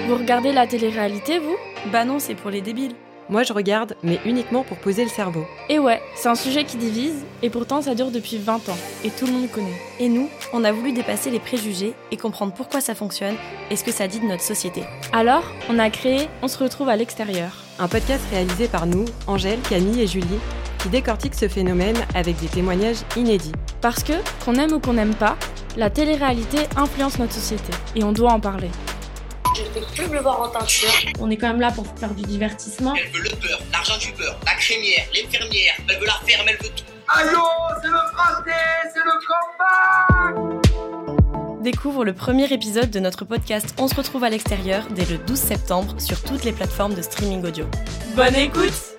Vous regardez la télé-réalité, vous ? Bah non, c'est pour les débiles. Moi je regarde, mais uniquement pour poser le cerveau. Et ouais, c'est un sujet qui divise, et pourtant ça dure depuis 20 ans, et tout le monde connaît. Et nous, on a voulu dépasser les préjugés et comprendre pourquoi ça fonctionne et ce que ça dit de notre société. Alors, on a créé On se retrouve à l'extérieur. Un podcast réalisé par nous, Angèle, Camille et Julie, qui décortique ce phénomène avec des témoignages inédits. Parce que, qu'on aime ou qu'on n'aime pas, la télé-réalité influence notre société, et on doit en parler. Je ne peux plus me voir en teinture. On est quand même là pour faire du divertissement. Elle veut le beurre, l'argent du beurre, la crémière, l'infirmière, elle veut la ferme, elle veut tout. Aïe, c'est le pâté, c'est le combat. Découvre le premier épisode de notre podcast On se retrouve à l'extérieur dès le 12 septembre sur toutes les plateformes de streaming audio. Bonne écoute!